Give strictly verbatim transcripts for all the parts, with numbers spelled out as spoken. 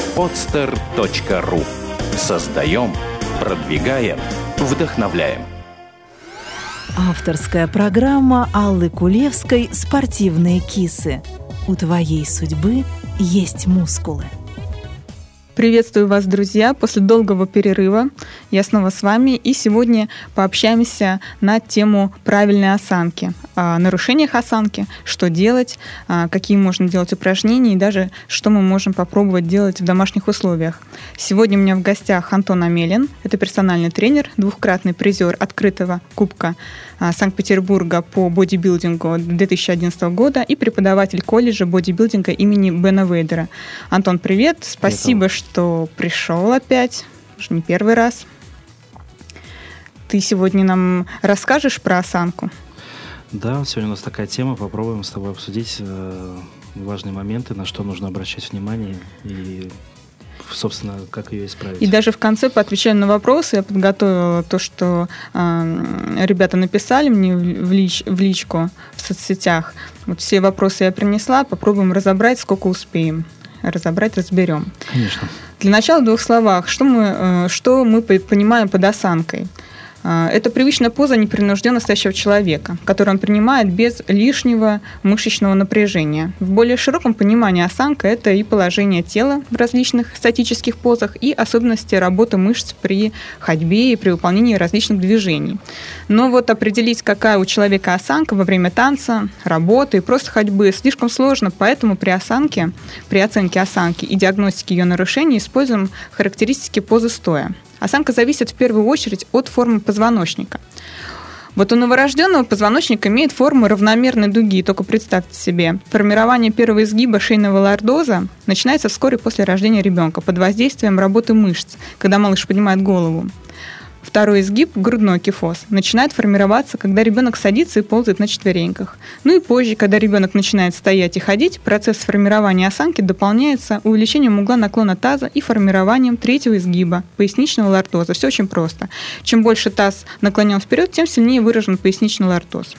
подстер точка ру. Создаем, продвигаем, вдохновляем. Авторская программа Аллы Кулевской «Спортивные кисы». У твоей судьбы есть мускулы. Приветствую вас, друзья! После долгого перерыва я снова с вами, и сегодня пообщаемся на тему правильной осанки, о нарушениях осанки, что делать, какие можно делать упражнения и даже что мы можем попробовать делать в домашних условиях. Сегодня у меня в гостях Антон Амелин, это персональный тренер, двукратный призер открытого кубка Санкт-Петербурга по бодибилдингу две тысячи одиннадцатого года и преподаватель колледжа бодибилдинга имени Бена Вейдера. Антон, привет! Спасибо, что что пришел опять, уже не первый раз. Ты сегодня нам расскажешь про осанку? Да, сегодня у нас такая тема. Попробуем с тобой обсудить э, важные моменты, на что нужно обращать внимание и, собственно, как ее исправить. И даже в конце поотвечаю на вопросы. Я подготовила то, что э, ребята написали мне в, лич, в личку в соцсетях. Вот все вопросы я принесла. Попробуем разобрать, сколько успеем. Разобрать, разберем. Конечно. Для начала в двух словах. Что мы, что мы понимаем под осанкой? Это привычная поза непринужденно стоящего человека, которую он принимает без лишнего мышечного напряжения. В более широком понимании осанка – это и положение тела в различных статических позах, и особенности работы мышц при ходьбе и при выполнении различных движений. Но вот определить, какая у человека осанка во время танца, работы и просто ходьбы, слишком сложно, поэтому при осанке, при оценке осанки и диагностике ее нарушений используем характеристики позы стоя. Осанка зависит в первую очередь от формы позвоночника. Вот у новорожденного позвоночник имеет форму равномерной дуги. Только представьте себе, формирование первого изгиба шейного лордоза начинается вскоре после рождения ребенка под воздействием работы мышц, когда малыш поднимает голову. Второй изгиб, грудной кифоз, начинает формироваться, когда ребенок садится и ползает на четвереньках. Ну и позже, когда ребенок начинает стоять и ходить, процесс формирования осанки дополняется увеличением угла наклона таза и формированием третьего изгиба, поясничного лордоза. Все очень просто. Чем больше таз наклонен вперед, тем сильнее выражен поясничный лордоз.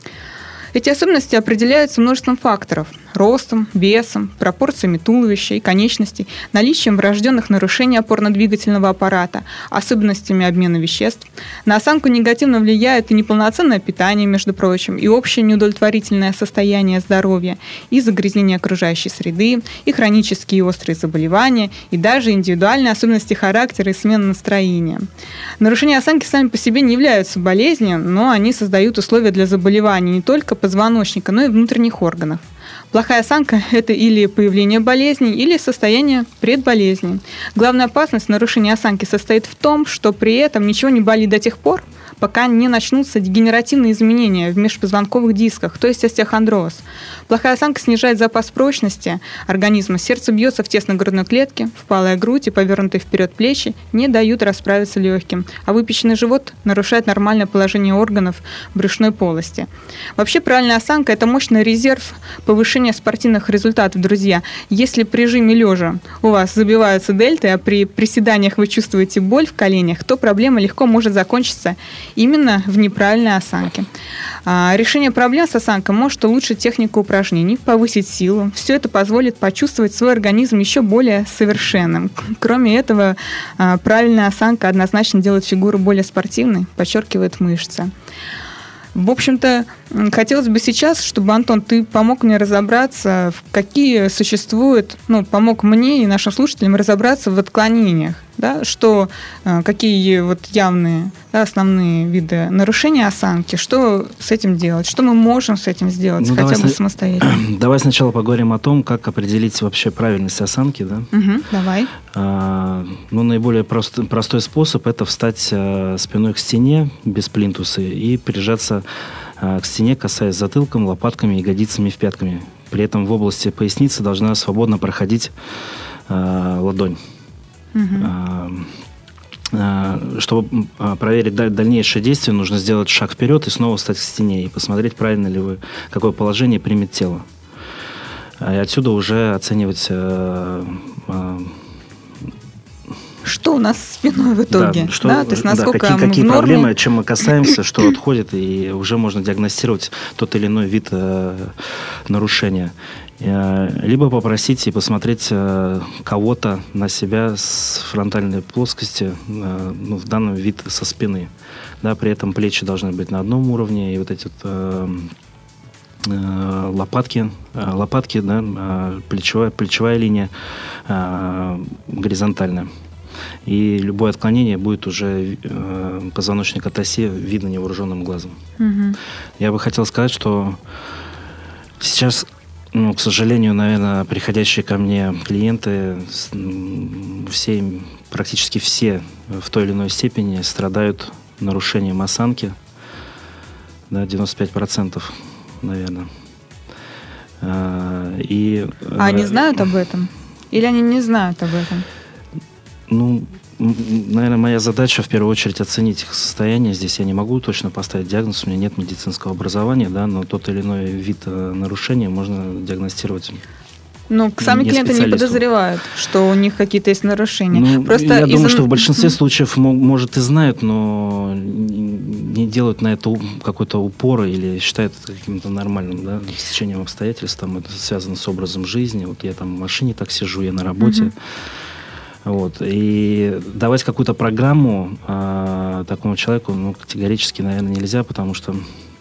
Эти особенности определяются множеством факторов – ростом, весом, пропорциями туловища и конечностей, наличием врожденных нарушений опорно-двигательного аппарата, особенностями обмена веществ. На осанку негативно влияет и неполноценное питание, между прочим, и общее неудовлетворительное состояние здоровья, и загрязнение окружающей среды, и хронические и острые заболевания, и даже индивидуальные особенности характера и смена настроения. Нарушения осанки сами по себе не являются болезнью, но они создают условия для заболеваний не только позвоночника, но и внутренних органов. Плохая осанка – это или появление болезни, или состояние предболезни. Главная опасность нарушения осанки состоит в том, что при этом ничего не болит до тех пор, пока не начнутся дегенеративные изменения в межпозвонковых дисках, то есть остеохондроз. Плохая осанка снижает запас прочности организма, сердце бьется в тесной грудной клетке, впалая грудь и повернутые вперед плечи не дают расправиться легким, а выпеченный живот нарушает нормальное положение органов брюшной полости. Вообще правильная осанка – это мощный резерв повышения спортивных результатов, друзья. Если при жиме лежа у вас забиваются дельты, а при приседаниях вы чувствуете боль в коленях, то проблема легко может закончиться именно в неправильной осанке. А решение проблем с осанкой может улучшить технику упражнений, повысить силу. Все это позволит почувствовать свой организм еще более совершенным. Кроме этого, правильная осанка однозначно делает фигуру более спортивной, подчеркивает мышцы. В общем-то, хотелось бы сейчас, чтобы, Антон, ты помог мне разобраться, какие существуют, ну, помог мне и нашим слушателям разобраться в отклонениях, да, что, какие вот явные, да, основные виды нарушения осанки, что с этим делать, что мы можем с этим сделать, ну, хотя бы с... самостоятельно. Давай сначала поговорим о том, как определить вообще правильность осанки, да? Угу, давай. А, ну, наиболее прост, простой способ – это встать а, спиной к стене без плинтуса и прижаться а, к стене, касаясь затылком, лопатками, ягодицами и пятками. При этом в области поясницы должна свободно проходить а, ладонь. Uh-huh. Чтобы проверить дальнейшее действие, нужно сделать шаг вперед и снова встать к стене и посмотреть, правильно ли вы, какое положение примет тело. И отсюда уже оценивать... Что у нас с спиной в итоге? Да, что, да, то есть насколько да, какие, какие в норме... проблемы, чем мы касаемся, что отходит, и уже можно диагностировать тот или иной вид э, нарушения. Либо попросить и посмотреть кого-то на себя с фронтальной плоскости, ну, в данном вид со спины. Да, при этом плечи должны быть на одном уровне, и вот эти вот э, э, лопатки, э, лопатки, да, э, плечевая, плечевая линия э, горизонтальная. И любое отклонение будет уже э, позвоночник от оси видно невооруженным глазом. Угу. Я бы хотел сказать, что сейчас, ну, к сожалению, наверное, приходящие ко мне клиенты, все, практически все в той или иной степени страдают нарушением осанки. Да, девяносто пять процентов, наверное. И, а они знают об этом? Или они не знают об этом? Ну, наверное, моя задача в первую очередь оценить их состояние. Здесь я не могу точно поставить диагноз, у меня нет медицинского образования, да, но тот или иной вид нарушения можно диагностировать. Ну, сами не клиенты не подозревают, что у них какие-то есть нарушения. Ну, Просто я из-за... думаю, что в большинстве случаев, может, и знают, но не делают на это какой-то упор или считают это каким-то нормальным, да, стечением обстоятельств. Там это связано с образом жизни. Вот я там в машине так сижу, я на работе. Mm-hmm. Вот. И давать какую-то программу э, такому человеку, ну, категорически, наверное, нельзя, потому что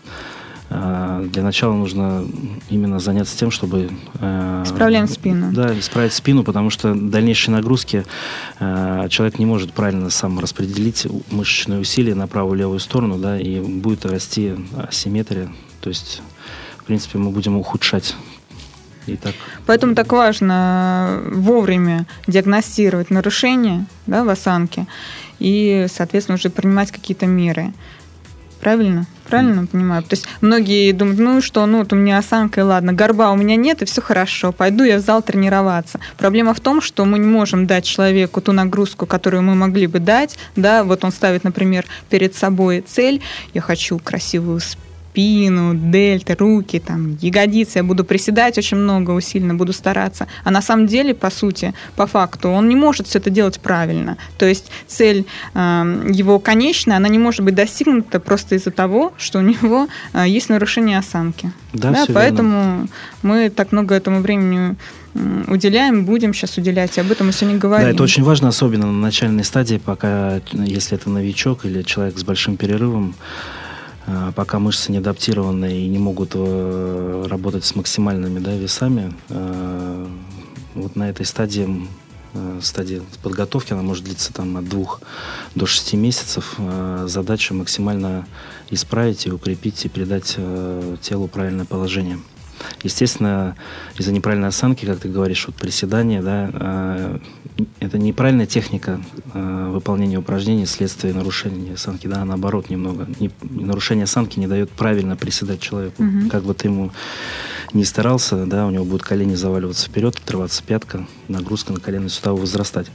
э, для начала нужно именно заняться тем, чтобы... Э, Исправляем спину. Да, исправить спину, потому что дальнейшие нагрузки э, человек не может правильно сам распределить мышечные усилия на правую и левую сторону, да, и будет расти асимметрия. То есть, в принципе, мы будем ухудшать. И так. Поэтому так важно вовремя диагностировать нарушения, да, в осанке и, соответственно, уже принимать какие-то меры. Правильно? Правильно mm. понимаю? То есть многие думают, ну что, ну вот у меня осанка, и ладно, горба у меня нет, и все хорошо, пойду я в зал тренироваться. Проблема в том, что мы не можем дать человеку ту нагрузку, которую мы могли бы дать. Да, вот он ставит, например, перед собой цель, я хочу красивую спину, спину, дельты, руки, там, ягодицы. Я буду приседать очень много, усиленно буду стараться. А на самом деле, по сути, по факту, он не может все это делать правильно. То есть цель э, его конечная, она не может быть достигнута просто из-за того, что у него э, есть нарушение осанки. Да, да, поэтому верно. Мы так много этому времени уделяем, будем сейчас уделять, и об этом мы сегодня говорим. Да, это очень важно, особенно на начальной стадии, пока, если это новичок или человек с большим перерывом, пока мышцы не адаптированы и не могут э, работать с максимальными, да, весами, э, вот на этой стадии, э, стадии подготовки, она может длиться там, от двух до шести месяцев. Э, задача максимально исправить и укрепить и придать э, телу правильное положение. Естественно, из-за неправильной осанки, как ты говоришь, вот приседания, да, э, это неправильная техника э, выполнения упражнений вследствие нарушения осанки, да, а наоборот немного. Не, нарушение осанки не дает правильно приседать человеку. Mm-hmm. Как бы ты ему ни старался, да, у него будут колени заваливаться вперед, отрываться пятка, нагрузка на коленные суставы возрастать.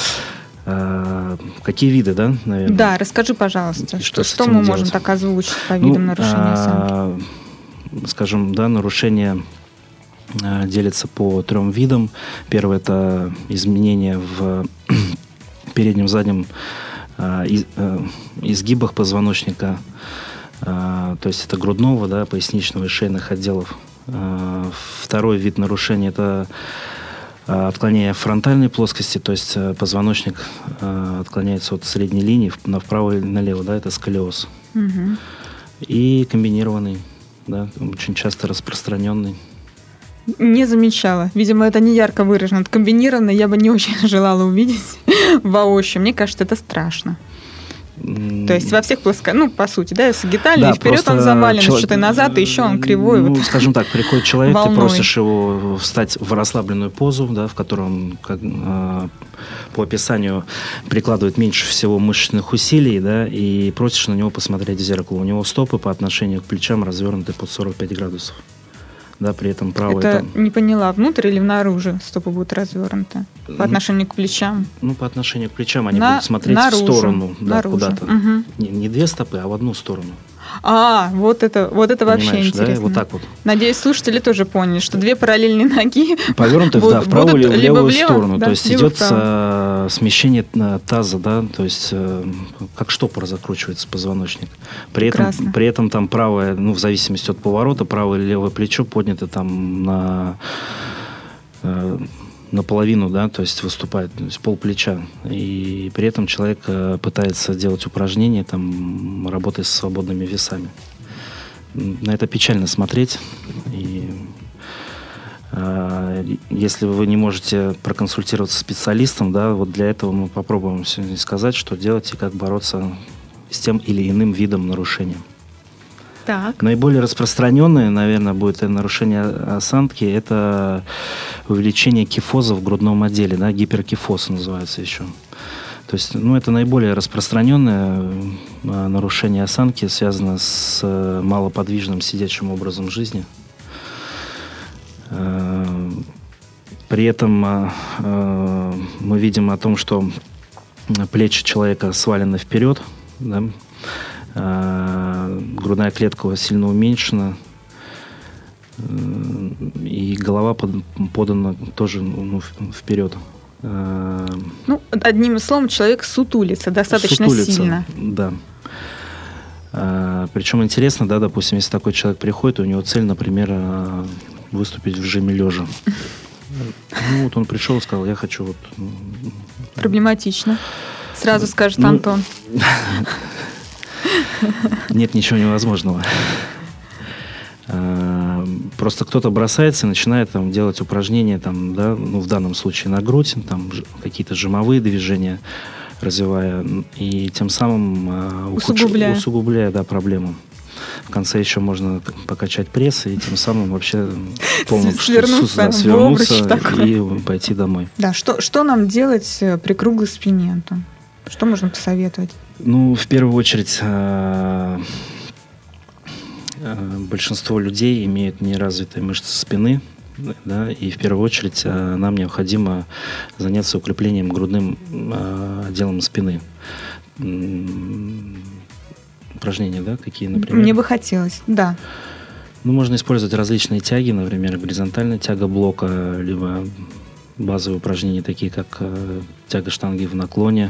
А, какие виды, да, наверное? Да, расскажи, пожалуйста, что, что мы делать? можем так озвучить по видам ну, нарушения а, осанки? Скажем, да, нарушения а, делятся по трем видам. Первое – это изменения в переднем, заднем а, из, а, изгибах позвоночника, а, то есть это грудного, да, поясничного и шейных отделов. А, второй вид нарушения – это отклонение фронтальной плоскости, то есть позвоночник а, отклоняется от средней линии на вправо или налево, да, это сколиоз. Угу. И комбинированный, да, очень часто распространенный. Не замечала. Видимо, это не ярко выражено. Комбинированный я бы не очень желала увидеть воочию. Мне кажется, это страшно. То есть во всех плоскостях, ну, по сути, да, сагитальный, да, вперед он завален, человек... что-то назад, и еще он кривой. Ну, вот, скажем так, приходит человек, волной. Ты просишь его встать в расслабленную позу, да, в котором как, э, по описанию прикладывает меньше всего мышечных усилий, да, и просишь на него посмотреть в зеркало. У него стопы по отношению к плечам развернуты под сорок пять градусов. Да, при этом правая... Это там... не поняла, внутрь или наружу стопы будут развернуты? По отношению к плечам? Ну, по отношению к плечам они на... будут смотреть наружу. в сторону, да, наружу. куда-то. Угу. Не, не две стопы, а в одну сторону. А, вот это, вот это вообще Понимаешь, да? интересно. Вот так вот. Надеюсь, слушатели тоже поняли, что две параллельные ноги повернуты будут, да, вправо или в либо левую влево, сторону. да, то есть либо идет вправо. а, смещение а, таза, да, то есть а, как штопор закручивается позвоночник. При этом, при этом там правое, ну, в зависимости от поворота, правое или левое плечо поднято там на... А, наполовину, да, то есть выступает, то есть полплеча. И при этом человек э, пытается делать упражнения, там, работая со свободными весами. На это печально смотреть. И э, если вы не можете проконсультироваться с специалистом, да, вот для этого мы попробуем сегодня сказать, что делать и как бороться с тем или иным видом нарушения. Так. Наиболее распространенное, наверное, будет нарушение осанки, это увеличение кифоза в грудном отделе, да, гиперкифоз называется еще. То есть, ну, это наиболее распространенное нарушение осанки, связано с малоподвижным сидячим образом жизни. При этом мы видим о том, что плечи человека свалены вперед, да, грудная клетка сильно уменьшена, и голова под, подана тоже, ну, вперед. Ну, одним словом, человек сутулится достаточно сутулится, сильно. Да. Причем интересно, да, допустим, если такой человек приходит, у него цель, например, выступить в режиме лежа. Ну, вот он пришел и сказал, я хочу вот... Проблематично. Сразу скажет ну, Антон. Нет ничего невозможного. Просто кто-то бросается и начинает там делать упражнения, там, да, ну, в данном случае на грудь, там какие-то жимовые движения развивая, и тем самым усугубляя, ухудш... усугубляя да, проблему. В конце еще можно покачать пресс и тем самым вообще полностью свернуться, да, свернуться и такой. пойти домой. Да, что, что нам делать при круглой спине, Антон? Что можно посоветовать? Ну, в первую очередь, э, э, большинство людей имеют неразвитые мышцы спины, да, и в первую очередь э, нам необходимо заняться укреплением грудным э, отделом спины. Упражнения, да, какие, например? Мне бы хотелось, да. Ну, можно использовать различные тяги, например, горизонтальная тяга блока, либо базовые упражнения, такие как э, тяга штанги в наклоне,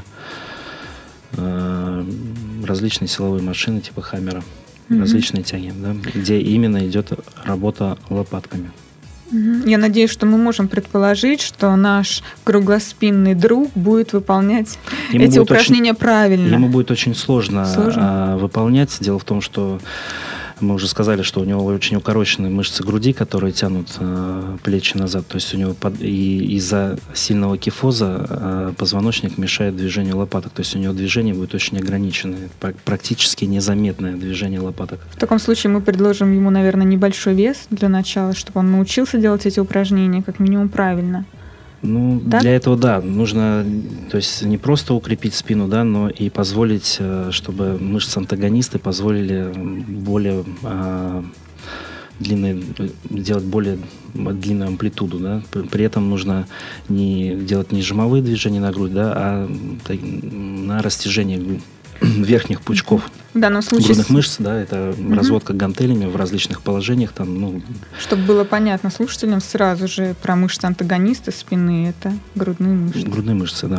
э, различные силовые машины типа хаммера, mm-hmm. различные тяги, да, где именно идет работа лопатками. Mm-hmm. Я надеюсь, что мы можем предположить, что наш круглоспинный друг будет выполнять ему эти будет упражнения очень, правильно. Ему будет очень сложно, сложно? А, выполнять. Дело в том, что мы уже сказали, что у него очень укороченные мышцы груди, которые тянут э, плечи назад. То есть у него под, и из-за сильного кифоза э, позвоночник мешает движению лопаток. То есть у него движение будет очень ограниченное, практически незаметное движение лопаток. В таком случае мы предложим ему, наверное, небольшой вес для начала, чтобы он научился делать эти упражнения как минимум правильно. Ну, да? Для этого, да, нужно, то есть не просто укрепить спину, да, но и позволить, чтобы мышцы-антагонисты позволили более а, длинные, делать более длинную амплитуду, да. При этом нужно не делать не жимовые движения на грудь, да, а на растяжение верхних пучков в данном случае грудных мышц, да, это угу. разводка гантелями в различных положениях, там, ну. Чтобы было понятно слушателям сразу же про мышцы-антагонисты спины, это грудные мышцы. Грудные мышцы,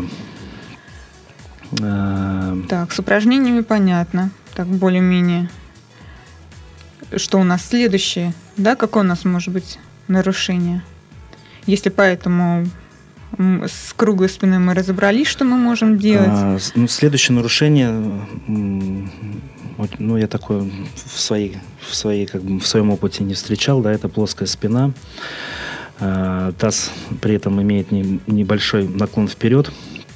да. Так, с упражнениями понятно, так более-менее. Что у нас следующее, да, какое у нас может быть нарушение? Если поэтому с круглой спиной мы разобрались, что мы можем делать. А, ну, следующее нарушение, ну, я такое в своей, в своей, как бы, в своем опыте не встречал, да, это плоская спина. А, таз при этом имеет не, небольшой наклон вперед,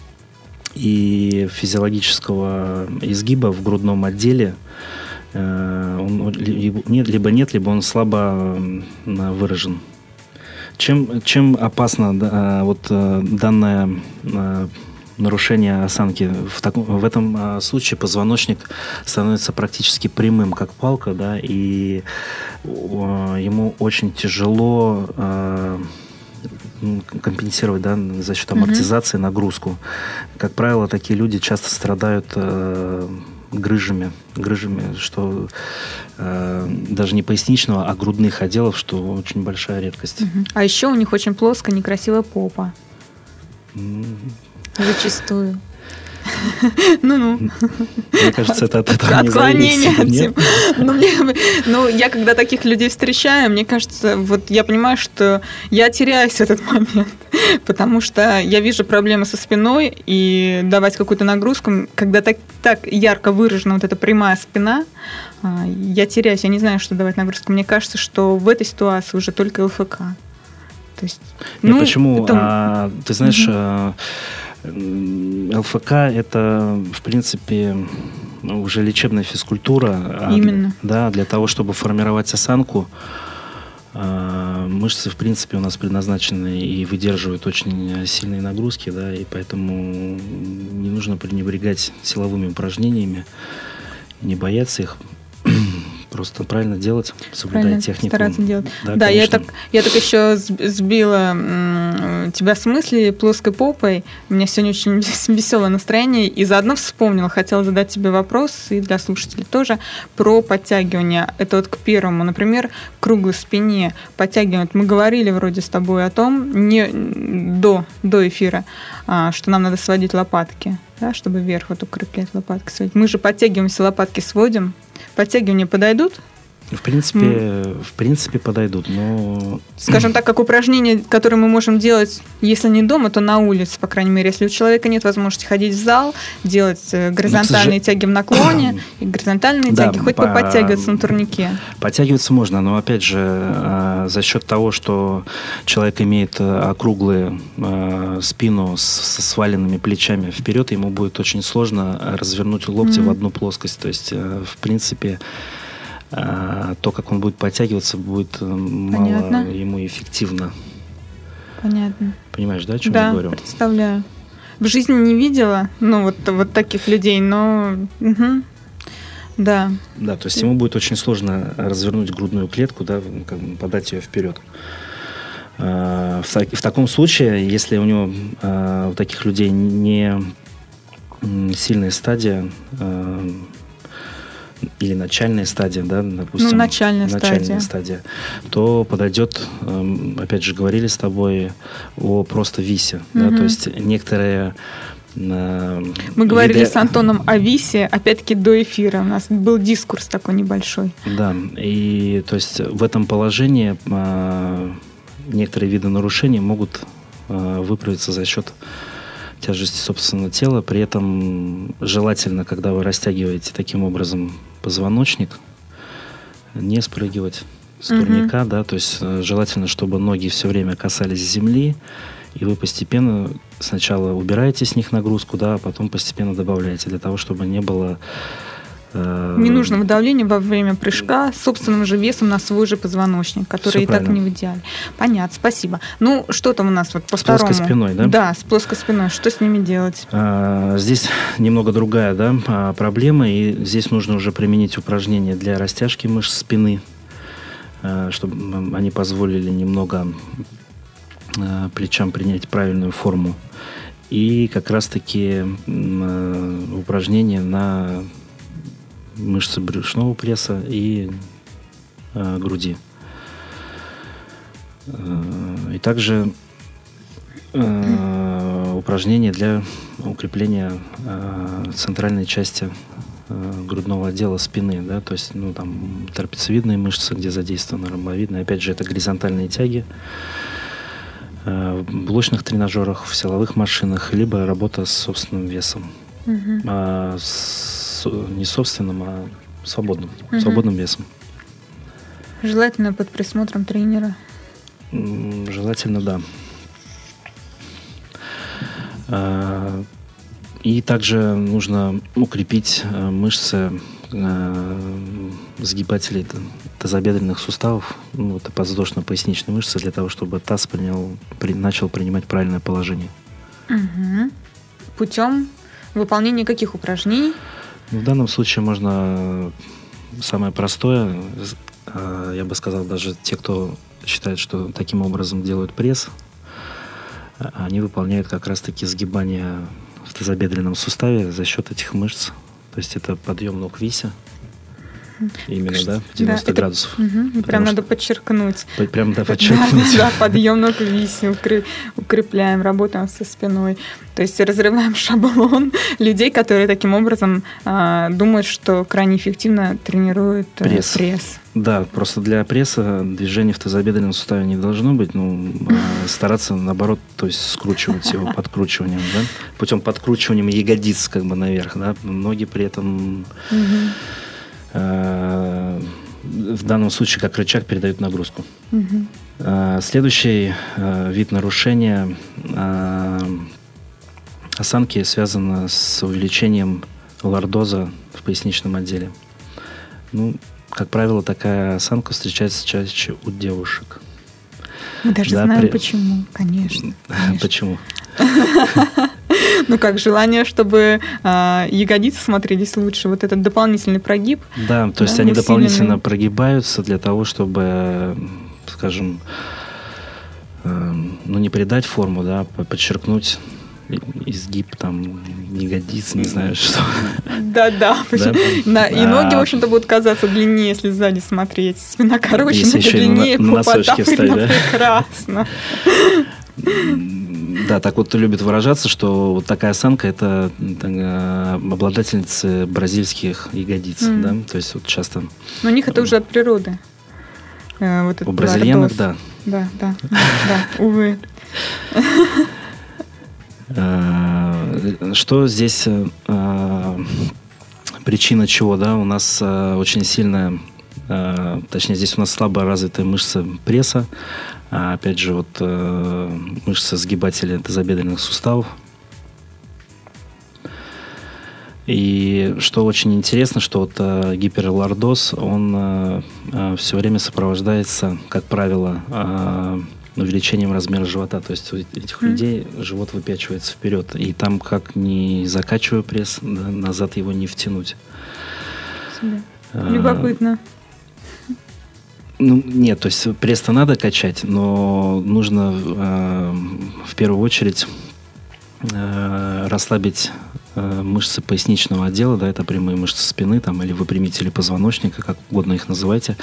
и физиологического изгиба в грудном отделе а, он либо нет, либо нет, либо он слабо выражен. Чем, чем опасно да, вот, данное а, нарушение осанки? В, таком, в этом а, случае позвоночник становится практически прямым, как палка, да, и а, ему очень тяжело а, компенсировать, да, за счет амортизации mm-hmm. нагрузку. Как правило, такие люди часто страдают а, грыжами, грыжами, что э, даже не поясничного, а грудных отделов, что очень большая редкость. Угу. А еще у них очень плоская, некрасивая попа. Mm. Зачастую. Ну-ну. Мне кажется, это от этого не отклонение от зависит. темы. Ну, мне, ну, я когда таких людей встречаю, мне кажется, вот я понимаю, что я теряюсь в этот момент, потому что я вижу проблемы со спиной, и давать какую-то нагрузку, когда так, так ярко выражена вот эта прямая спина, я теряюсь, я не знаю, что давать нагрузку. Мне кажется, что в этой ситуации уже только ЛФК. То есть, Нет, ну, почему? это... А, ты знаешь, Угу. ЛФК – это, в принципе, уже лечебная физкультура. Именно. Да, для того, чтобы формировать осанку, мышцы, в принципе, у нас предназначены и выдерживают очень сильные нагрузки, да, и поэтому не нужно пренебрегать силовыми упражнениями, не бояться их. Просто правильно делать, соблюдать правильно технику. Стараться делать. Да, да, я так, конечно. я так еще сбила м, тебя с мысли плоской попой. У меня сегодня очень веселое настроение. И заодно вспомнила, хотела задать тебе вопрос, и для слушателей тоже, про подтягивание. Это вот к первому. Например, к круглой спине подтягивание. Мы говорили вроде с тобой о том, не до, до эфира, а, что нам надо сводить лопатки, да, чтобы вверх вот укреплять лопатки сводить. Мы же подтягиваемся, лопатки сводим. Подтягивания подойдут? В принципе, mm. в принципе, подойдут, но... Скажем так, как упражнения, которые мы можем делать, если не дома, то на улице, по крайней мере. Если у человека нет возможности ходить в зал, делать горизонтальные ну, тяги в наклоне, и горизонтальные да, тяги, хоть по... поподтягиваться на турнике. Подтягиваться можно, но, опять же, за счет того, что человек имеет округлую спину с сваленными плечами вперед, ему будет очень сложно развернуть локти mm. в одну плоскость. То есть, в принципе... то, как он будет подтягиваться, будет Понятно. Мало ему эффективно. Понятно. Понимаешь, да, о чем да, я говорю? Да, представляю. В жизни не видела, ну, вот, вот таких людей, но... Угу. Да. Да, то есть ему будет очень сложно развернуть грудную клетку, да, как бы подать ее вперед. В, в таком случае, если у него, у таких людей не сильная стадия, или начальная стадия, да, допустим, ну, начальная, начальная стадия. стадия, то подойдет, опять же, говорили с тобой о просто висе, угу. да, то есть некоторые Мы говорили виды... с Антоном о висе, опять-таки до эфира, у нас был дискурс такой небольшой. Да, и то есть в этом положении а, некоторые виды нарушений могут а, выправиться за счет тяжести собственного тела. При этом желательно, когда вы растягиваете таким образом позвоночник, не спрыгивать с uh-huh. турника, да, то есть желательно, чтобы ноги все время касались земли, и вы постепенно сначала убираете с них нагрузку, да, а потом постепенно добавляете, для того, чтобы не было э... ненужного давления во время прыжка с собственным же весом на свой же позвоночник, который Все и правильно. Так не в идеале. Понятно, спасибо. Ну, что там у нас вот по с второму? С плоской спиной, да? Да, с плоской спиной. Что с ними делать? А, здесь немного другая, да, проблема, и здесь нужно уже применить упражнения для растяжки мышц спины, чтобы они позволили немного плечам принять правильную форму. И как раз-таки упражнения на мышцы брюшного пресса и э, груди. И также э, упражнения для укрепления э, центральной части э, грудного отдела спины, да, то есть, ну, там, трапециевидные мышцы, где задействованы ромбовидные. Опять же, это горизонтальные тяги э, в блочных тренажерах, в силовых машинах, либо работа с собственным весом. Uh-huh. А, с, не собственным, а свободным, uh-huh. свободным весом. Желательно под присмотром тренера. Желательно, да. А, и также нужно укрепить мышцы сгибателей тазобедренных суставов, ну, это подвздошно-поясничные мышцы, для того, чтобы таз принял, при, начал принимать правильное положение. Угу. Путем выполнения каких упражнений? В данном случае можно самое простое, я бы сказал, даже те, кто считает, что таким образом делают пресс, они выполняют как раз-таки сгибание в тазобедренном суставе за счет этих мышц То есть это подъем ног вися. Именно, Что- да, в девяносто да, это- градусов. Мгм. Прям Потому надо что- подчеркнуть. П- Прям, да, Да, подчеркнуть. да, подъем ног виси, укры- укрепляем, работаем со спиной. То есть разрываем шаблон людей, которые таким образом а, думают, что крайне эффективно тренируют э, Пресс. пресс. Да, просто для пресса движений в тазобедренном суставе не должно быть, ну, а стараться, наоборот, то есть скручивать его подкручиванием, да, путем подкручивания ягодиц как бы наверх, да, ноги при этом Мгм. э, в данном случае как рычаг передают нагрузку. Мгм. Э, Следующий э, вид нарушения э, осанки связан с увеличением лордоза в поясничном отделе. Ну, как правило, такая осанка встречается чаще у девушек. Мы даже Да, знаем, при- почему, конечно. конечно. Почему? Ну как, желание, чтобы а, ягодицы смотрелись лучше, вот этот дополнительный прогиб. Да, то есть Да, они усиленный. дополнительно прогибаются для того, чтобы, скажем, э, ну не придать форму, да, а подчеркнуть изгиб там ягодиц, не знаю что. Да-да. Да? На- И А. ноги, в общем-то, будут казаться длиннее, если сзади смотреть. Спина короче, Если ноги еще и на- длиннее, на попа носочки встать, оттопырена да? прекрасно. Да, так вот любят выражаться, что вот такая осанка это э, обладательницы бразильских ягодиц, Мгм. да, то есть вот часто Но у них это уже от природы. Э, Вот этот у бразильянок, лордоз. да. Да, да, да, увы. Э, Что здесь э, причина чего, да? У нас э, очень сильная, э, точнее здесь у нас слабо развитая мышца пресса, а опять же вот э, мышца сгибателя тазобедренных суставов. И что очень интересно, что вот э, гиперлордоз, он э, э, все время сопровождается, как правило, э, увеличением размера живота. То есть у этих Мгм. людей живот выпячивается вперед. И там как не закачиваю пресс, да, назад его не втянуть. Себе. Э, Любопытно. Ну, нет, то есть пресс-то надо качать, но нужно э, в первую очередь э, расслабить э, мышцы поясничного отдела, да, это прямые мышцы спины там, или выпрямители позвоночника, как угодно их называйте.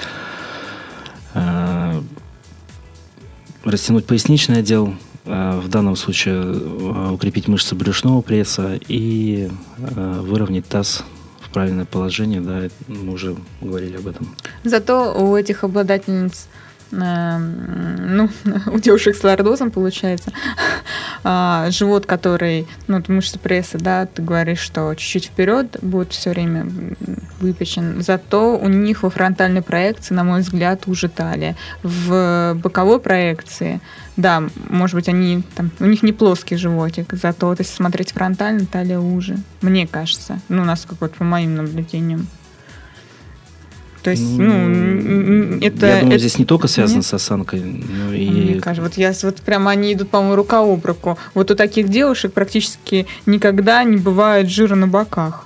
Э, растянуть поясничный отдел, э, в данном случае э, укрепить мышцы брюшного пресса и э, выровнять таз в правильное положение, да, это мы уже говорили об этом. Зато у этих обладательниц, э, ну, у девушек с лордозом, получается, а, живот, который, ну, вот мышцы пресса, да, ты говоришь, что чуть-чуть вперед будет все время выпечен. Зато у них во фронтальной проекции, на мой взгляд, уже талия. В боковой проекции, да, может быть, они там, у них не плоский животик, зато вот если смотреть фронтально, талия уже, мне кажется. Ну, у нас как-то по моим наблюдениям. То есть, ну, н- это... Я думаю, это- здесь не только связано Нет? с осанкой, но и... Мне кажется, вот я с- вот прямо они идут, по-моему, рука об руку. Вот у таких девушек практически никогда не бывает жира на боках.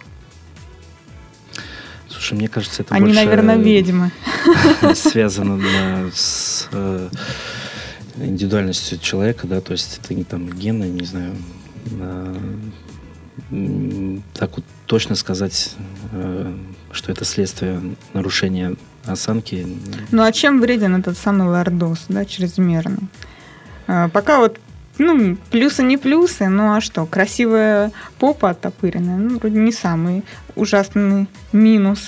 Слушай, мне кажется, это Они, больше наверное, ведьмы. связано да, с э, индивидуальностью человека, да, то есть это не там гены, не знаю, а, м, так вот точно сказать, э, что это следствие нарушения осанки. Ну а чем вреден этот самый лордоз, да, чрезмерный? А, Пока вот, ну, плюсы не плюсы, ну а что, красивая попа оттопыренная, ну, вроде не самый ужасный минус.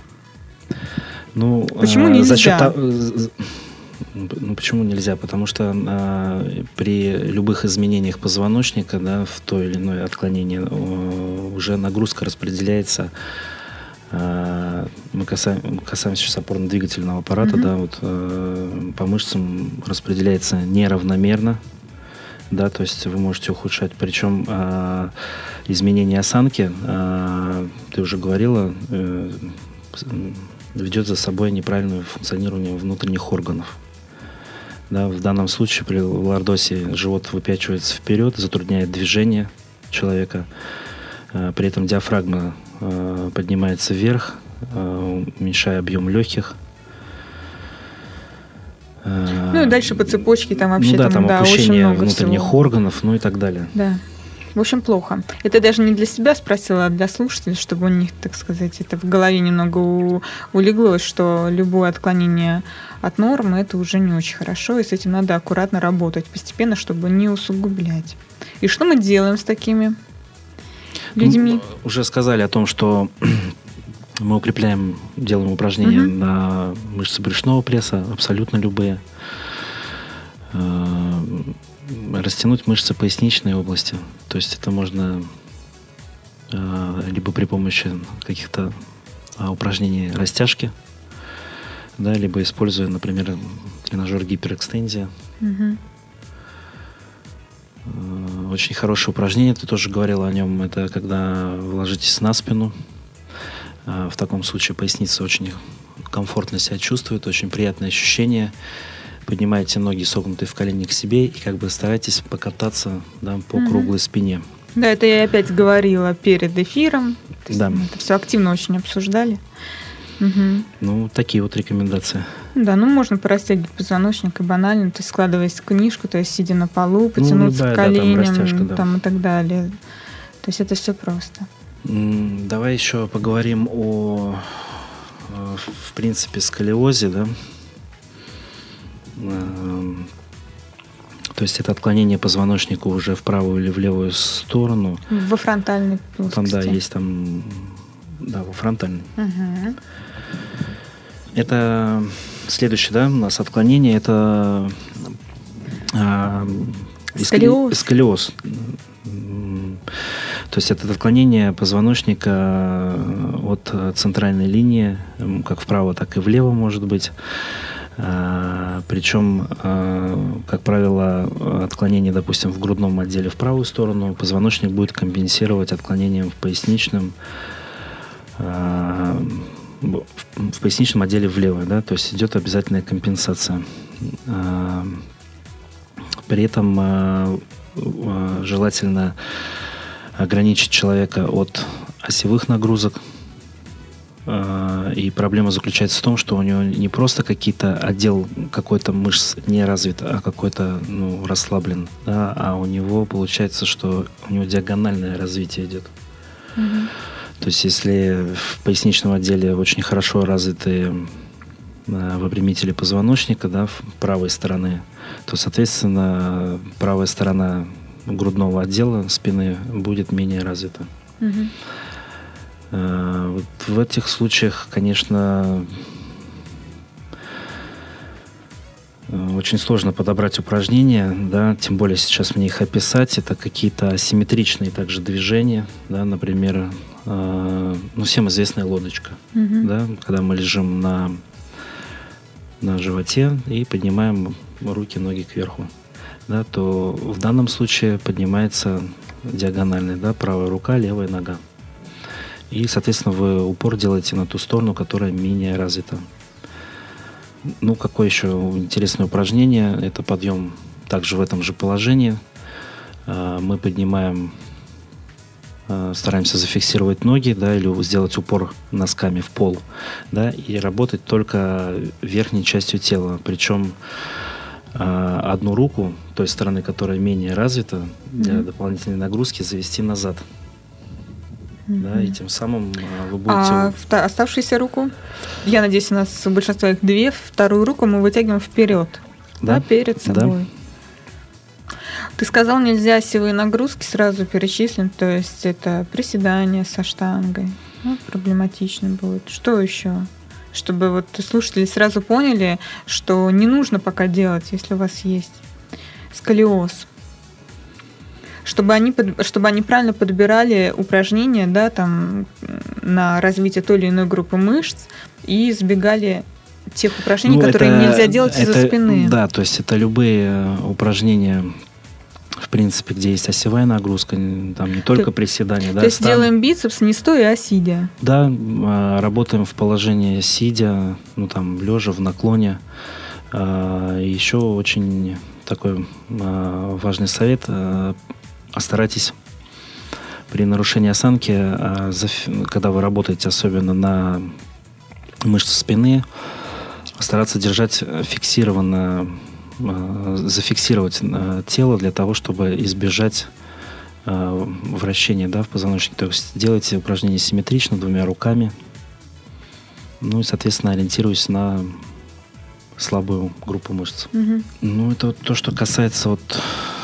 Ну, Почему а, нельзя? За счет того- з- ну, почему нельзя? Потому что а, при любых изменениях позвоночника, да, в то или иное отклонение, о, уже нагрузка распределяется. а, мы касаем- касаемся сейчас опорно-двигательного аппарата, Мгм. да, вот а, по мышцам распределяется неравномерно, да, то есть вы можете ухудшать. Причем а, изменение осанки, а, ты уже говорила, э, ведет за собой неправильное функционирование внутренних органов. Да, в данном случае при лордозе живот выпячивается вперед, затрудняет движение человека. Э, При этом диафрагма э, поднимается вверх, э, уменьшая объем легких. Э, Ну и дальше по цепочке там вообще ну, да, там, там да, очень опущение много внутренних всего. органов, ну и так далее. Да. В общем, плохо. Это даже не для себя спросила, а для слушателей, чтобы у них, так сказать, это в голове немного у, улеглось, что любое отклонение от нормы – это уже не очень хорошо, и с этим надо аккуратно работать постепенно, чтобы не усугублять. И что мы делаем с такими людьми? Ну, уже сказали о том, что мы укрепляем, делаем упражнения угу. на мышцы брюшного пресса, абсолютно любые. Растянуть мышцы поясничной области. То есть это можно либо при помощи каких-то упражнений растяжки, да, либо используя, например, тренажер гиперэкстензия. Угу. Очень хорошее упражнение, ты тоже говорила о нем, это когда вы ложитесь на спину. В таком случае поясница очень комфортно себя чувствует, очень приятное ощущение. Поднимаете ноги, согнутые в колени к себе, и как бы старайтесь покататься, да, по угу. круглой спине. Да, это я опять говорила перед эфиром. Да. Мы это все активно очень обсуждали. Угу. Ну, такие вот рекомендации. Да, ну можно порастягивать позвоночник и банально, то есть складываясь книжку, то есть сидя на полу, потянуться ну, любая, к коленям, да, там, растяжка, да. там и так далее. То есть это все просто. Давай еще поговорим о, в принципе, сколиозе, да. То есть это отклонение позвоночника уже в правую или в левую сторону. Во фронтальной плоскости. Там, да, есть там, да, во фронтальной. Угу. Это следующее, да, у нас отклонение, это а, сколиоз. сколиоз. То есть это отклонение позвоночника от центральной линии, как вправо, так и влево может быть. А, причем, а, как правило, отклонение, допустим, в грудном отделе в правую сторону, позвоночник будет компенсировать отклонением в поясничном, а, в, в поясничном отделе влево, да, то есть идет обязательная компенсация. А, при этом а, а, желательно ограничить человека от осевых нагрузок. И проблема заключается в том, что у него не просто какие-то отдел какой-то мышц не развит, а какой-то, ну, расслаблен, да, а у него получается, что у него диагональное развитие идет. Угу. То есть если в поясничном отделе очень хорошо развиты выпрямители позвоночника, да, в правой стороны, то, соответственно, правая сторона грудного отдела спины будет менее развита. Угу. Вот в этих случаях, конечно, очень сложно подобрать упражнения, да, тем более сейчас мне их описать. Это какие-то асимметричные также движения, да, например, э, ну, всем известная лодочка, угу. да, когда мы лежим на, на животе и поднимаем руки, ноги кверху, да, то в данном случае поднимается диагональный, да, правая рука, левая нога. И, соответственно, вы упор делаете на ту сторону, которая менее развита. Ну, какое еще интересное упражнение? Это подъем также в этом же положении. Мы поднимаем, стараемся зафиксировать ноги, да, или сделать упор носками в пол, да, и работать только верхней частью тела. Причем одну руку, той стороны, которая менее развита, для mm-hmm. дополнительной нагрузки завести назад. Да, и тем самым вы будете... А оставшуюся руку, я надеюсь, у нас у большинства их две, вторую руку мы вытягиваем вперед, да, да перед собой. Да. Ты сказал, нельзя осевые нагрузки сразу перечислим, то есть это приседания со штангой. Ну, проблематично будет. Что еще? Чтобы вот слушатели сразу поняли, что не нужно пока делать, если у вас есть сколиоз. Чтобы они, чтобы они правильно подбирали упражнения, да, там, на развитие той или иной группы мышц и избегали тех упражнений, ну, которые это, нельзя делать это, из-за спины. Да, то есть это любые упражнения, в принципе, где есть осевая нагрузка, там не только то, приседания. Да, то есть стан... делаем бицепс не стоя, а сидя. Да, работаем в положении сидя, ну там лежа в наклоне. Еще очень такой важный совет – старайтесь при нарушении осанки, когда вы работаете особенно на мышцы спины, стараться держать фиксированно, зафиксировать тело для того, чтобы избежать э, вращения, да, в позвоночнике. То есть делайте упражнение симметрично, двумя руками. Ну и, соответственно, ориентируясь на слабую группу мышц. Угу. Ну, это вот то, что касается вот,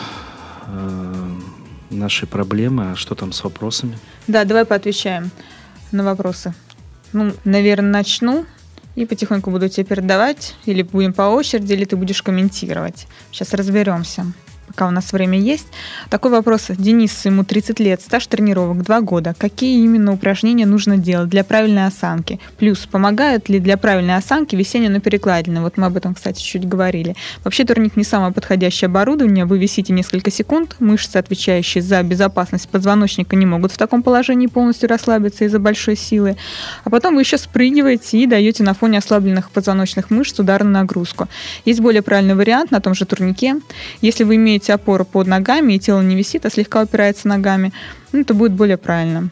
э, нашей проблемы. А что там с вопросами? Да, давай поотвечаем на вопросы. Ну, наверное, начну и потихоньку буду тебе передавать. Или будем по очереди, или ты будешь комментировать. Сейчас разберемся, пока у нас время есть. Такой вопрос. Денис, ему тридцать лет, стаж тренировок два года. Какие именно упражнения нужно делать для правильной осанки? Плюс, помогают ли для правильной осанки висение на перекладине? Вот мы об этом, кстати, чуть говорили. Вообще турник не самое подходящее оборудование. Вы висите несколько секунд. Мышцы, отвечающие за безопасность позвоночника, не могут в таком положении полностью расслабиться из-за большой силы. А потом вы еще спрыгиваете и даете на фоне ослабленных позвоночных мышц ударную нагрузку. Есть более правильный вариант на том же турнике. Если вы имеете опору под ногами, и тело не висит, а слегка опирается ногами, ну, это будет более правильно.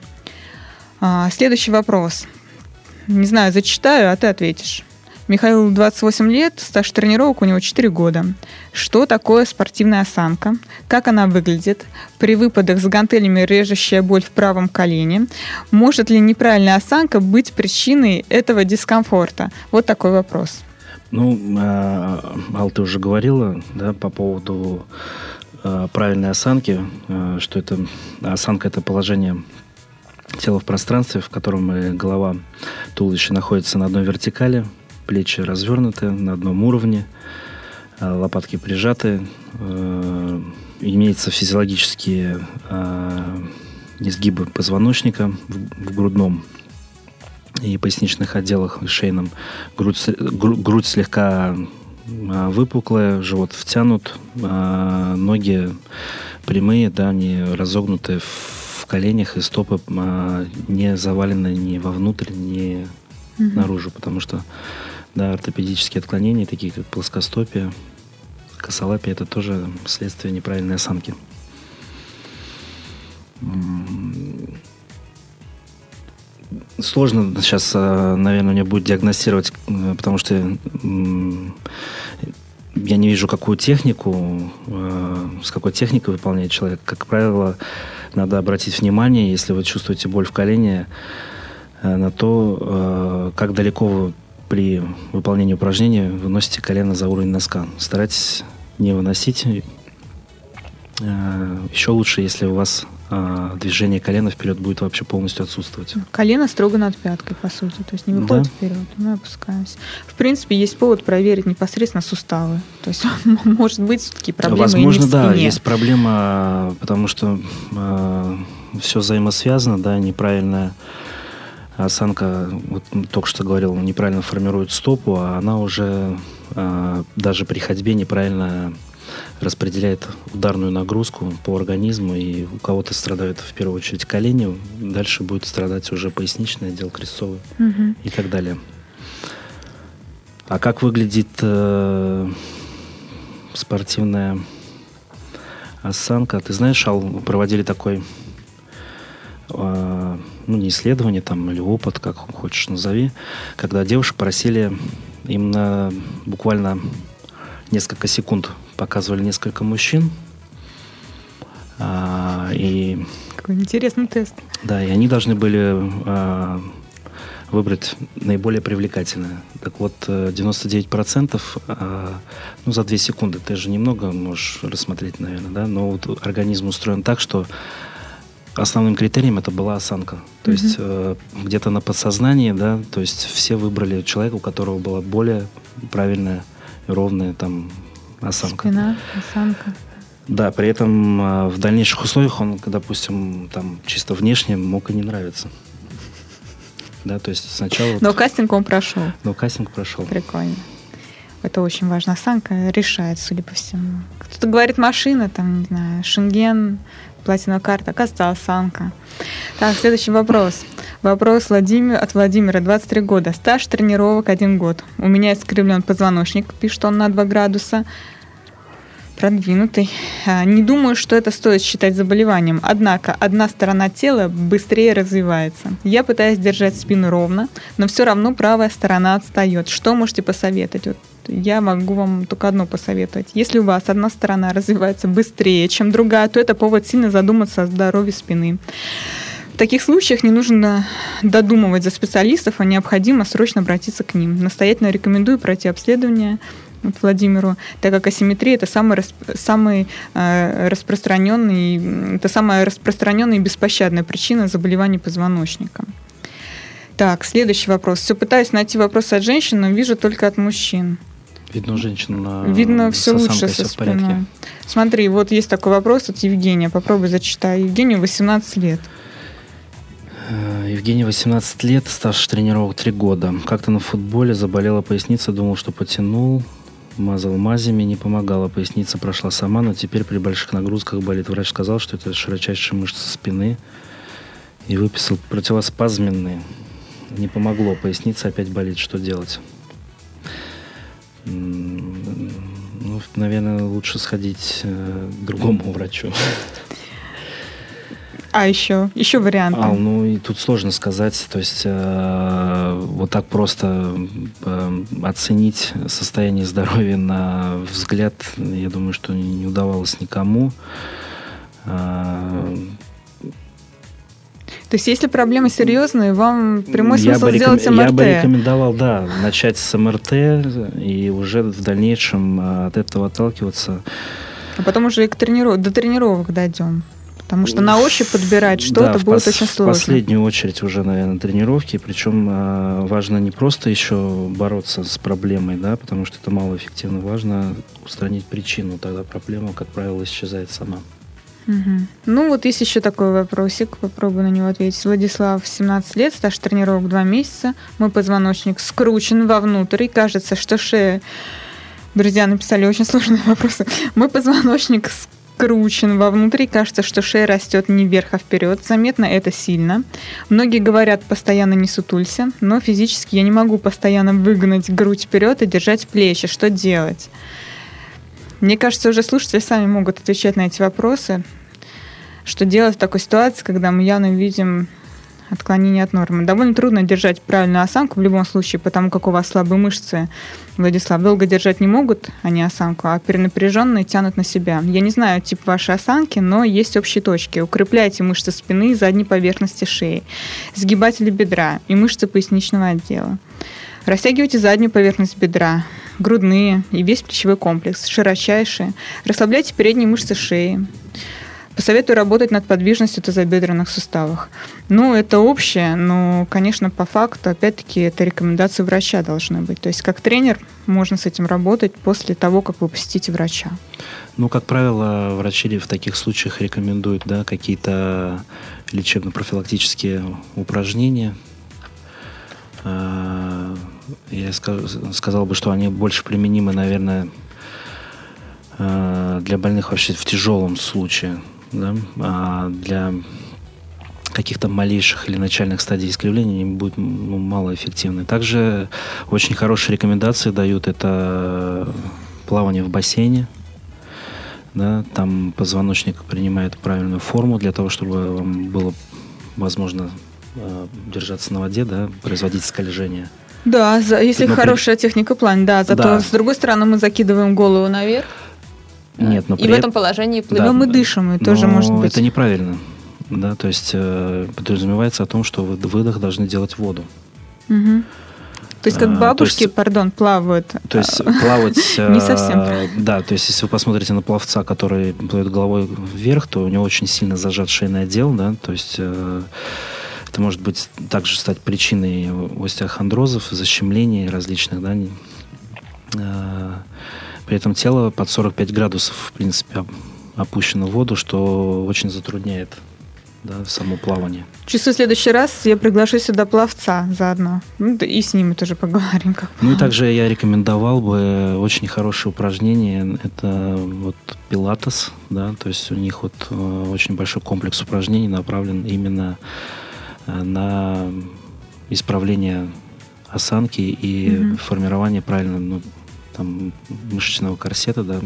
А, следующий вопрос. Не знаю, зачитаю, а ты ответишь. Михаилу двадцать восемь лет, стаж тренировок у него четыре года. Что такое спортивная осанка? Как она выглядит? При выпадах с гантелями режущая боль в правом колене. Может ли неправильная осанка быть причиной этого дискомфорта? Вот такой вопрос. Ну, Ал, ты уже говорила, да, по поводу э, правильной осанки, э, что это осанка – это положение тела в пространстве, в котором и голова, туловище находятся на одной вертикали, плечи развернуты на одном уровне, э, лопатки прижаты, э, имеются физиологические э, изгибы позвоночника в, в грудном и поясничных отделах, и шейном. Грудь, грудь слегка выпуклая, живот втянут, ноги прямые, да, не разогнутые в коленях, и стопы не завалены ни вовнутрь, ни угу. наружу, потому что, да, ортопедические отклонения, такие как плоскостопие, косолапие, это тоже следствие неправильной осанки. Сложно сейчас, наверное, мне будет диагностировать, потому что я не вижу, какую технику, с какой техникой выполняет человек. Как правило, надо обратить внимание, если вы чувствуете боль в колене, на то, как далеко вы при выполнении упражнения выносите колено за уровень носка. Старайтесь не выносить. Еще лучше, если у вас движение колена вперед будет вообще полностью отсутствовать. Колено строго над пяткой, по сути. То есть не выходит да. вперед, мы опускаемся. В принципе, есть повод проверить непосредственно суставы. То есть, может быть, все-таки проблема Возможно, и не в спине. Да, есть проблема, потому что э, все взаимосвязано, да, неправильная осанка, вот только что говорил, неправильно формирует стопу, а она уже э, даже при ходьбе неправильно распределяет ударную нагрузку по организму, и у кого-то страдают в первую очередь колени, дальше будет страдать уже поясничный отдел, крестцовый угу. и так далее. А как выглядит э, спортивная осанка? Ты знаешь, Ал, проводили такой, э, ну, не исследование там, или опыт, как хочешь назови, когда девушек просили им на буквально несколько секунд показывали несколько мужчин. А, и, Какой интересный тест. Да, и они должны были а, выбрать наиболее привлекательное. Так вот, девяносто девять процентов а, ну, за две секунды, ты же немного можешь рассмотреть, наверное, да, но вот организм устроен так, что основным критерием это была осанка. То mm-hmm. есть э, где-то на подсознании, да, то есть все выбрали человека, у которого была более правильная, ровная там осанка. Спина, осанка. Да, при этом э, в дальнейших условиях он, допустим, там чисто внешне мог и не нравиться. Да, то есть сначала... Но вот, кастинг он прошел. Но кастинг прошел. Прикольно. Это очень важно. Осанка решает, судя по всему. Кто-то говорит машина, там, не знаю, Шенген, платиновая карта, оказывается, осанка. Так, следующий вопрос. Вопрос Владимир, от Владимира, двадцать три года. Стаж тренировок один год. У меня искривлен позвоночник, пишет он, на два градуса. Продвинутый. Не думаю, что это стоит считать заболеванием. Однако одна сторона тела быстрее развивается. Я пытаюсь держать спину ровно, но все равно правая сторона отстает. Что можете посоветовать? Вот я могу вам только одно посоветовать. Если у вас одна сторона развивается быстрее, чем другая, то это повод сильно задуматься о здоровье спины. В таких случаях не нужно додумывать за специалистов, а необходимо срочно обратиться к ним. Настоятельно рекомендую пройти обследование вот Владимиру, так как асимметрия – это самый, самый э, распространенный, это самая распространенная и беспощадная причина заболеваний позвоночника. Так, следующий вопрос. Все пытаюсь найти вопросы от женщин, но вижу только от мужчин. Видно, у женщин Видно, все лучше со спиной. Смотри, вот есть такой вопрос от Евгения. Попробуй зачитай. Евгению восемнадцать лет. Евгений, восемнадцать лет, стаж тренировок три года. Как-то на футболе заболела поясница, думал, что потянул, мазал мазями, не помогала. Поясница прошла сама, но теперь при больших нагрузках болит. Врач сказал, что это широчайшие мышцы спины и выписал противоспазменные. Не помогло, поясница опять болит. Что делать? Ну, наверное, лучше сходить э, к другому врачу. А еще? Еще варианты? А, ну, и тут сложно сказать. То есть э, вот так просто э, оценить состояние здоровья на взгляд, я думаю, что не, не удавалось никому. Э, То есть, если проблемы серьезные, вам прямой смысл я сделать реком... эм эр тэ? Я бы рекомендовал, да, начать с эм эр тэ и уже в дальнейшем от этого отталкиваться. А потом уже и к трениров... до тренировок дойдем. Потому что на ощупь подбирать что-то да, будет пос... очень сложно. В последнюю очередь уже, наверное, тренировки. Причем э, важно не просто еще бороться с проблемой, да, потому что это малоэффективно. Важно устранить причину. Тогда проблема, как правило, исчезает сама. Угу. Ну, вот есть еще такой вопросик. Попробую на него ответить. Владислав, семнадцать лет, стаж тренировок два месяца. Мой позвоночник скручен вовнутрь. И кажется, что шея... Друзья написали очень сложные вопросы. Мой позвоночник скручен. Кручен вовнутрь, кажется, что шея растет не вверх, а вперед. Заметно это сильно. Многие говорят, постоянно не сутулься, но физически я не могу постоянно выгнать грудь вперед и держать плечи. Что делать? Мне кажется, уже слушатели сами могут отвечать на эти вопросы. Что делать в такой ситуации, когда мы явно видим отклонение от нормы? Довольно трудно держать правильную осанку в любом случае, потому как у вас слабые мышцы, Владислав, долго держать не могут они осанку, а перенапряженные тянут на себя. Я не знаю тип вашей осанки, но есть общие точки. Укрепляйте мышцы спины и задней поверхности шеи, сгибатели бедра и мышцы поясничного отдела. Растягивайте заднюю поверхность бедра, грудные и весь плечевой комплекс, широчайшие. Расслабляйте передние мышцы шеи. Посоветую работать над подвижностью тазобедренных суставов. Ну, это общее, но, конечно, по факту, опять-таки, это рекомендации врача должны быть. То есть, как тренер, можно с этим работать после того, как вы посетите врача. Ну, как правило, врачи в таких случаях рекомендуют, да, какие-то лечебно-профилактические упражнения. Я сказал бы, что они больше применимы, наверное, для больных вообще в тяжелом случае. Да? А для каких-то малейших или начальных стадий искривления они будут, ну, малоэффективны. Также очень хорошие рекомендации дают это плавание в бассейне. Да? Там позвоночник принимает правильную форму для того, чтобы вам было возможно держаться на воде, да, производить скольжение. Да, за, если но хорошая при... техника плавания, да. Зато да. с другой стороны мы закидываем голову наверх. Нет, но и в этом положении плывем. Да, мы дышим, и тоже но может быть. Это неправильно. Да, то есть э, подразумевается о том, что выдох должны делать в воду. Угу. То есть как а, бабушки, есть, пардон, плавают. То есть плавать... Не совсем. Да, то есть если вы посмотрите на пловца, который плывет головой вверх, то у него очень сильно зажат шейный отдел, да, то есть это может быть также стать причиной остеохондрозов, защемлений различных, да. При этом тело под сорок пять градусов, в принципе, опущено в воду, что очень затрудняет, да, само плавание. Часы в следующий раз я приглашу сюда пловца заодно. Ну, и с ними тоже поговорим. Как ну и также я рекомендовал бы очень хорошее упражнение. Это вот пилатес, да, то есть у них вот очень большой комплекс упражнений направлен именно на исправление осанки и mm-hmm. формирование правильно, ну, там, мышечного корсета, да.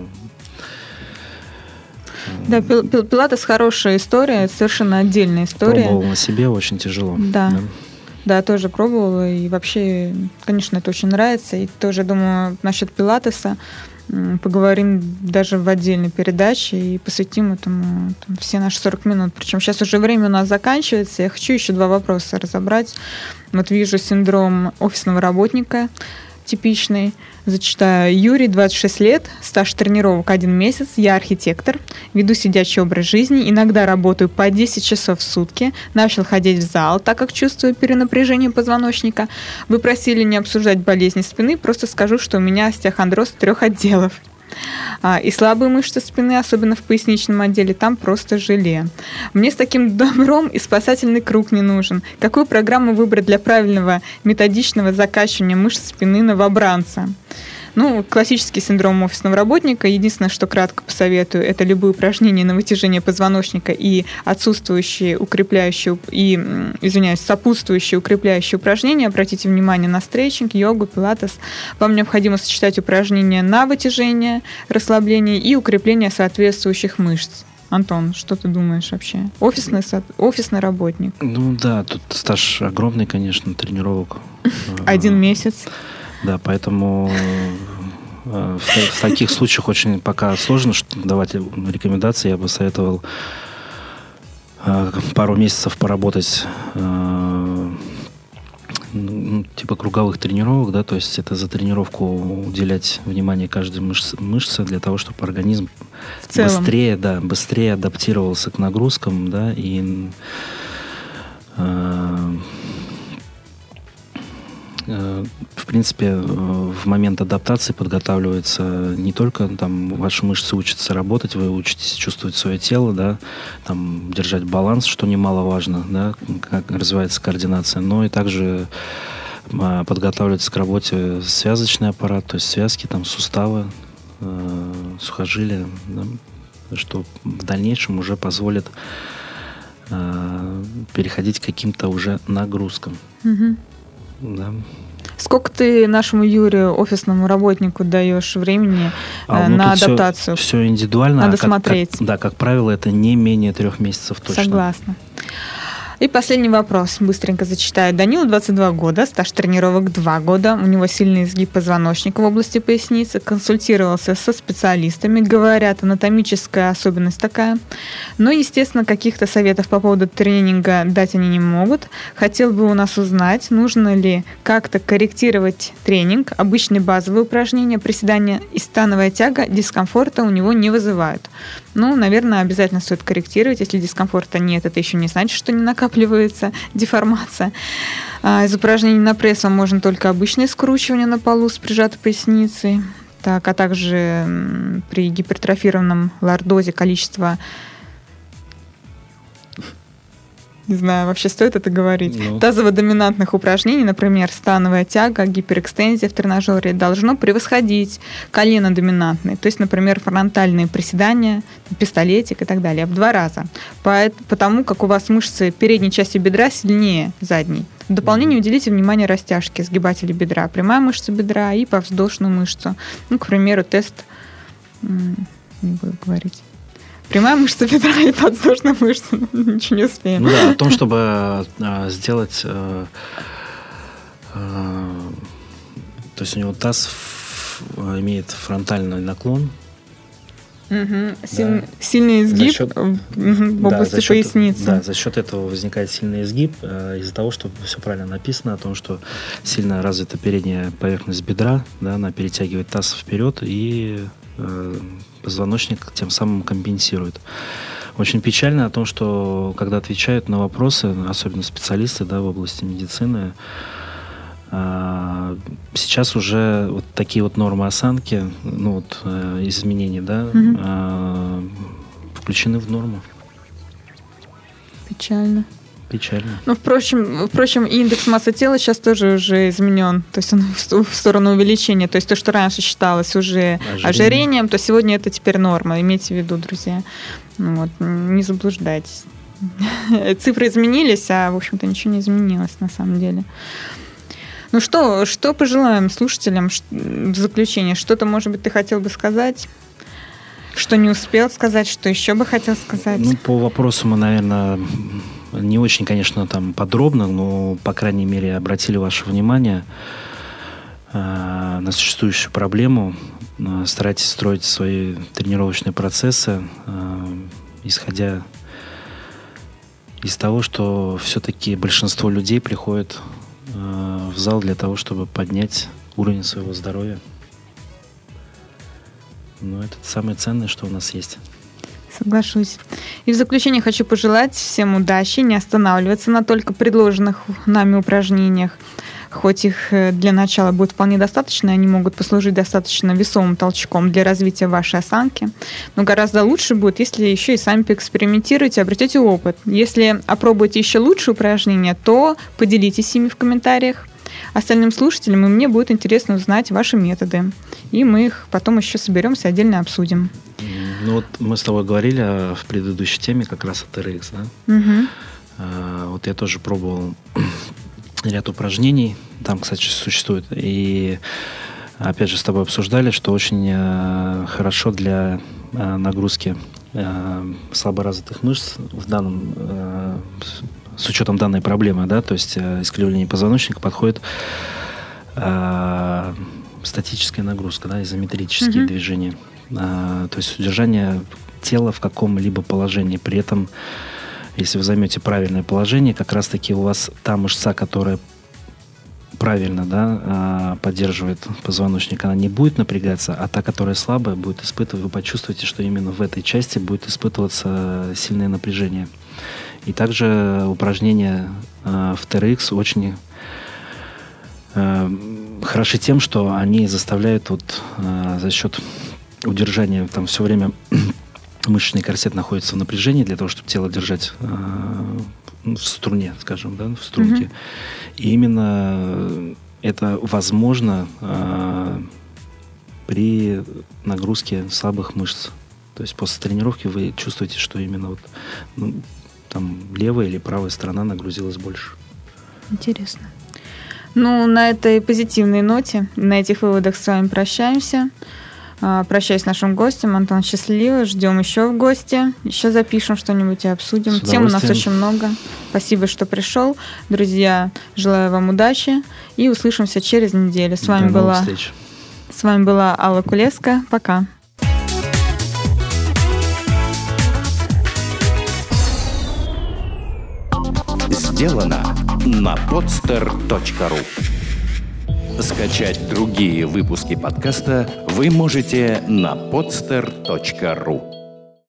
Да, пил, пил, пилатес хорошая история, это совершенно отдельная история. Пробовал на себе, очень тяжело. Да. да. Да, тоже пробовала, и вообще, конечно, это очень нравится. И тоже, думаю, насчет пилатеса поговорим даже в отдельной передаче и посвятим этому там, все наши сорок минут. Причем сейчас уже время у нас заканчивается. Я хочу еще два вопроса разобрать. Вот вижу синдром офисного работника типичный. Зачитаю. Юрий, двадцать шесть лет, стаж тренировок один месяц, я архитектор, веду сидячий образ жизни, иногда работаю по десять часов в сутки, начал ходить в зал, так как чувствую перенапряжение позвоночника. Вы просили не обсуждать болезни спины, просто скажу, что у меня остеохондроз трех отделов. А, и слабые мышцы спины, особенно в поясничном отделе, там просто желе. Мне с таким добром и спасательный круг не нужен. Какую программу выбрать для правильного методичного закачивания мышц спины новобранца? Ну, классический синдром офисного работника. Единственное, что кратко посоветую, это любые упражнения на вытяжение позвоночника и отсутствующие укрепляющие и, извиняюсь, сопутствующие укрепляющие упражнения. Обратите внимание на стретчинг, йогу, пилатес. Вам необходимо сочетать упражнения на вытяжение, расслабление и укрепление соответствующих мышц. Антон, что ты думаешь вообще? Офисный, офисный работник. Ну да, тут стаж огромный, конечно, тренировок. Один месяц. Да, поэтому в, в таких случаях очень пока сложно давать рекомендации. Я бы советовал пару месяцев поработать ну, типа круговых тренировок, да, то есть это за тренировку уделять внимание каждой мышце, мышце для того, чтобы организм быстрее, да, быстрее адаптировался к нагрузкам, да, и э, в принципе, в момент адаптации подготавливается не только там ваши мышцы учатся работать, вы учитесь чувствовать свое тело, да, там держать баланс, что немаловажно, да, как развивается координация, но и также подготавливается к работе связочный аппарат, то есть связки, там суставы, э, сухожилия, да, что в дальнейшем уже позволит э, переходить к каким-то уже нагрузкам. Угу. Да. Сколько ты нашему Юрию, офисному работнику, даешь времени а, ну, на адаптацию? Все, все индивидуально. Надо как, смотреть. Как, да, как правило, это не менее трех месяцев точно. Согласна. И последний вопрос, быстренько зачитаю. Данилу двадцать два года, стаж тренировок два года, у него сильный изгиб позвоночника в области поясницы, консультировался со специалистами, говорят, анатомическая особенность такая. Но, естественно, каких-то советов по поводу тренинга дать они не могут. Хотел бы у нас узнать, нужно ли как-то корректировать тренинг, обычные базовые упражнения, приседания и становая тяга дискомфорта у него не вызывают. Ну, наверное, обязательно стоит корректировать. Если дискомфорта нет, это еще не значит, что не накапливается деформация. Из упражнений на пресс вам можно только обычное скручивание на полу с прижатой поясницей, так, а также при гипертрофированном лордозе количество... Не знаю, вообще стоит это говорить. Ну. Тазово-доминантных упражнений, например, становая тяга, гиперэкстензия в тренажере, должно превосходить колено-доминантные. То есть, например, фронтальные приседания, пистолетик и так далее, в два раза. Потому как у вас мышцы передней части бедра сильнее задней. В дополнение уделите внимание растяжке сгибателей бедра, прямая мышца бедра и подвздошную мышцу. Ну, к примеру, тест... Не буду говорить. Прямая мышца бедра и подвздошная мышца. Ничего не успеем. Ну да, о том, чтобы э, сделать... Э, э, то есть у него таз ф, имеет фронтальный наклон. Угу. Силь, да. Сильный изгиб счет, в области да, счет, поясницы. Да, за счет этого возникает сильный изгиб. Э, из-за того, что все правильно написано, о том, что сильно развита передняя поверхность бедра, да, она перетягивает таз вперед и... Э, позвоночник тем самым компенсирует. Очень печально о том, что когда отвечают на вопросы, особенно специалисты, да, в области медицины, сейчас уже вот такие вот нормы осанки, ну вот изменения, да, угу. включены в норму. Печально. Печально. Ну, впрочем, впрочем, индекс массы тела сейчас тоже уже изменен. То есть он в сторону увеличения. То есть то, что раньше считалось уже Ожирение. ожирением, то сегодня это теперь норма. Имейте в виду, друзья. Вот, не заблуждайтесь. Цифры изменились, а, в общем-то, ничего не изменилось на самом деле. Ну что, что пожелаем слушателям в заключение? Что-то, может быть, ты хотел бы сказать? Что не успел сказать, что еще бы хотел сказать? Ну, по вопросу мы, наверное... не очень, конечно, там подробно, но, по крайней мере, обратили ваше внимание на существующую проблему. Старайтесь строить свои тренировочные процессы, исходя из того, что все-таки большинство людей приходит в зал для того, чтобы поднять уровень своего здоровья. Но это самое ценное, что у нас есть. Соглашусь. И в заключение хочу пожелать всем удачи, не останавливаться на только предложенных нами упражнениях. Хоть их для начала будет вполне достаточно, они могут послужить достаточно весомым толчком для развития вашей осанки. Но гораздо лучше будет, если еще и сами поэкспериментируете, обретете опыт. Если опробуете еще лучшие упражнения, то поделитесь ими в комментариях. Остальным слушателям и мне будет интересно узнать ваши методы. И мы их потом еще соберемся и отдельно обсудим. Ну вот мы с тобой говорили в предыдущей теме как раз о тэ эр икс, да? Угу. А, вот я тоже пробовал ряд упражнений. Там, кстати, существует. И опять же с тобой обсуждали, что очень э, хорошо для э, нагрузки э, слаборазвитых мышц в данном, э, с учетом данной проблемы, да, то есть э, искривление позвоночника подходит э, статическая нагрузка, да, изометрические mm-hmm. движения. Э, то есть удержание тела в каком-либо положении. При этом, если вы займете правильное положение, как раз-таки у вас та мышца, которая правильно, да, поддерживает позвоночник, она не будет напрягаться, а та, которая слабая, будет испытывать, вы почувствуете, что именно в этой части будет испытываться сильное напряжение. И также упражнения в тэ эр икс очень хороши тем, что они заставляют вот за счет удержания, там все время мышечный корсет находится в напряжении для того, чтобы тело держать в струне, скажем, да, в струнке. Mm-hmm. И именно это возможно э, при нагрузке слабых мышц. То есть после тренировки вы чувствуете, что именно вот, ну, там левая или правая сторона нагрузилась больше. Интересно. Ну, на этой позитивной ноте, на этих выводах с вами прощаемся. Прощаюсь с нашим гостем. Антон, счастливо. Ждем еще в гости. Еще запишем что-нибудь и обсудим. Тем у нас очень много. Спасибо, что пришел. Друзья, желаю вам удачи. И услышимся через неделю. С вами была, с вами была Алла Кулевская. Пока. Сделано на подстер точка ру. Скачать другие выпуски подкаста вы можете на подстер точка ру.